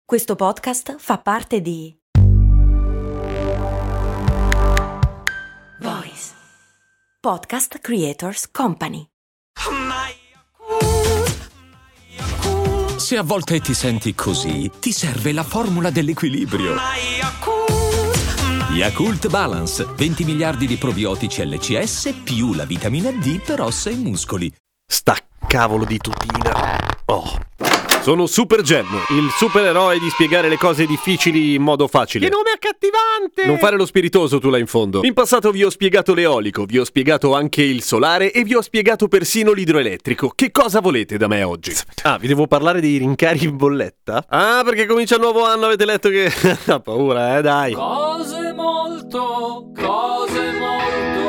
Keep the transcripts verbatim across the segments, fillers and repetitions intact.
Questo podcast fa parte di Voice Podcast Creators Company. Se a volte ti senti così, ti serve la formula dell'equilibrio. Yakult Balance, venti miliardi di probiotici L C S più la vitamina D per ossa e muscoli. Sta cavolo di tutina. Oh. Sono Super Gem, il supereroe di spiegare le cose difficili in modo facile. Che nome accattivante! Non fare lo spiritoso tu là in fondo. In passato vi ho spiegato l'eolico, vi ho spiegato anche il solare e vi ho spiegato persino l'idroelettrico. Che cosa volete da me oggi? Ah, vi devo parlare dei rincari in bolletta? Ah, perché comincia il nuovo anno, avete letto che... ha paura, eh, dai. Cose molto, cose molto...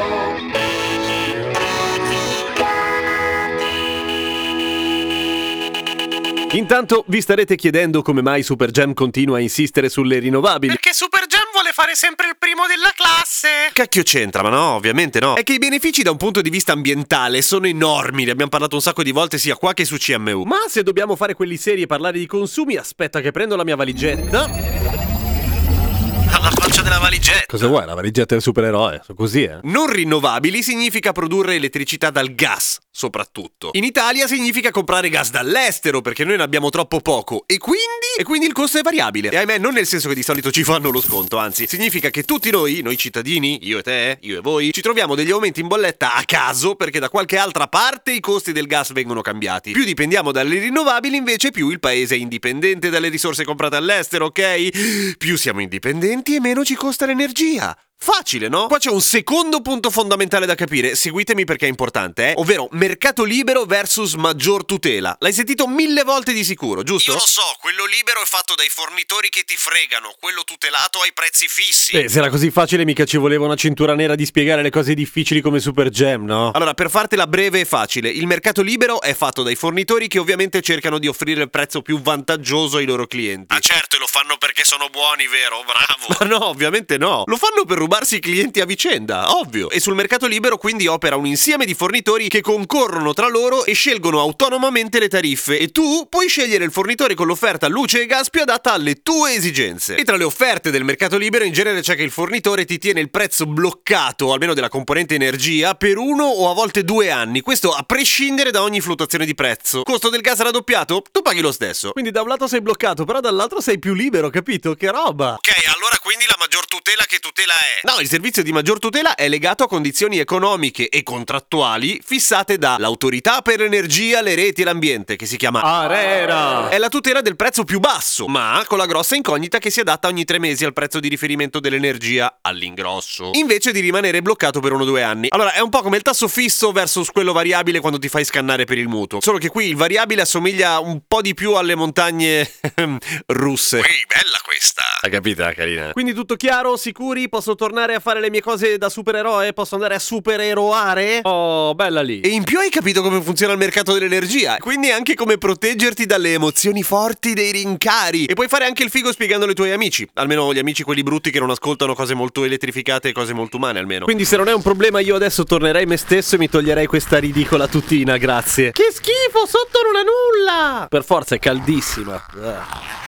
Intanto vi starete chiedendo come mai Super Gem continua a insistere sulle rinnovabili. Perché Super Gem vuole fare sempre il primo della classe. Cacchio c'entra, ma no, ovviamente no. È che i benefici da un punto di vista ambientale sono enormi, ne abbiamo parlato un sacco di volte sia qua che su C M U. Ma se dobbiamo fare quelli seri e parlare di consumi, aspetta che prendo la mia valigetta. Alla faccia della valigetta. Cosa vuoi, la valigetta del supereroe? Sono così, eh. Non rinnovabili significa produrre elettricità dal gas, soprattutto. In Italia significa comprare gas dall'estero, perché noi ne abbiamo troppo poco. E quindi? E quindi il costo è variabile. E ahimè, non nel senso che di solito ci fanno lo sconto, anzi, significa che tutti noi, noi cittadini, io e te, io e voi, ci troviamo degli aumenti in bolletta a caso, perché da qualche altra parte i costi del gas vengono cambiati. Più dipendiamo dalle rinnovabili, invece, più il paese è indipendente dalle risorse comprate all'estero, ok? Più siamo indipendenti e meno ci costa l'energia. Facile, no? Qua c'è un secondo punto fondamentale da capire, seguitemi perché è importante, eh? Ovvero mercato libero versus maggior tutela. L'hai sentito mille volte di sicuro, giusto? Io lo so, quello libero è fatto dai fornitori che ti fregano, quello tutelato ai prezzi fissi. Eh, se era così facile mica ci voleva una cintura nera di spiegare le cose difficili come Super Gem, no? Allora, per fartela breve e facile, il mercato libero è fatto dai fornitori che ovviamente cercano di offrire il prezzo più vantaggioso ai loro clienti. Ah certo, e lo fanno perché sono buoni, vero? Bravo. Ma no, ovviamente no. Lo fanno per rubarsi i clienti a vicenda, ovvio. E sul mercato libero quindi opera un insieme di fornitori che concorrono tra loro e scelgono autonomamente le tariffe. E tu puoi scegliere il fornitore con l'offerta luce e gas più adatta alle tue esigenze. E tra le offerte del mercato libero in genere c'è che il fornitore ti tiene il prezzo bloccato, almeno della componente energia, per uno o a volte due anni. Questo a prescindere da ogni fluttuazione di prezzo. Costo del gas raddoppiato? Tu paghi lo stesso. Quindi da un lato sei bloccato, però dall'altro sei più libero, capito? Che roba! Ok, allora quindi la maggior tutela che tutela è? No, il servizio di maggior tutela è legato a condizioni economiche e contrattuali fissate dall'Autorità per l'Energia, le Reti e l'Ambiente, che si chiama ARERA. È la tutela del prezzo più basso, ma con la grossa incognita che si adatta ogni tre mesi al prezzo di riferimento dell'energia all'ingrosso, invece di rimanere bloccato per uno o due anni. Allora, è un po' come il tasso fisso versus quello variabile quando ti fai scannare per il mutuo, solo che qui il variabile assomiglia un po' di più alle montagne russe. Ehi, bella questa! Hai capito, carina? Quindi tutto chiaro? Sicuri? Posso tornare a fare le mie cose da supereroe? Posso andare a supereroare? Oh, bella lì. E in più hai capito come funziona il mercato dell'energia, quindi anche come proteggerti dalle emozioni forti dei rincari. E puoi fare anche il figo spiegandolo ai tuoi amici, almeno gli amici quelli brutti che non ascoltano cose molto elettrificate e cose molto umane almeno. Quindi se non è un problema io adesso tornerei me stesso e mi toglierei questa ridicola tutina, grazie. Che schifo, sotto non è nulla! Per forza è caldissima.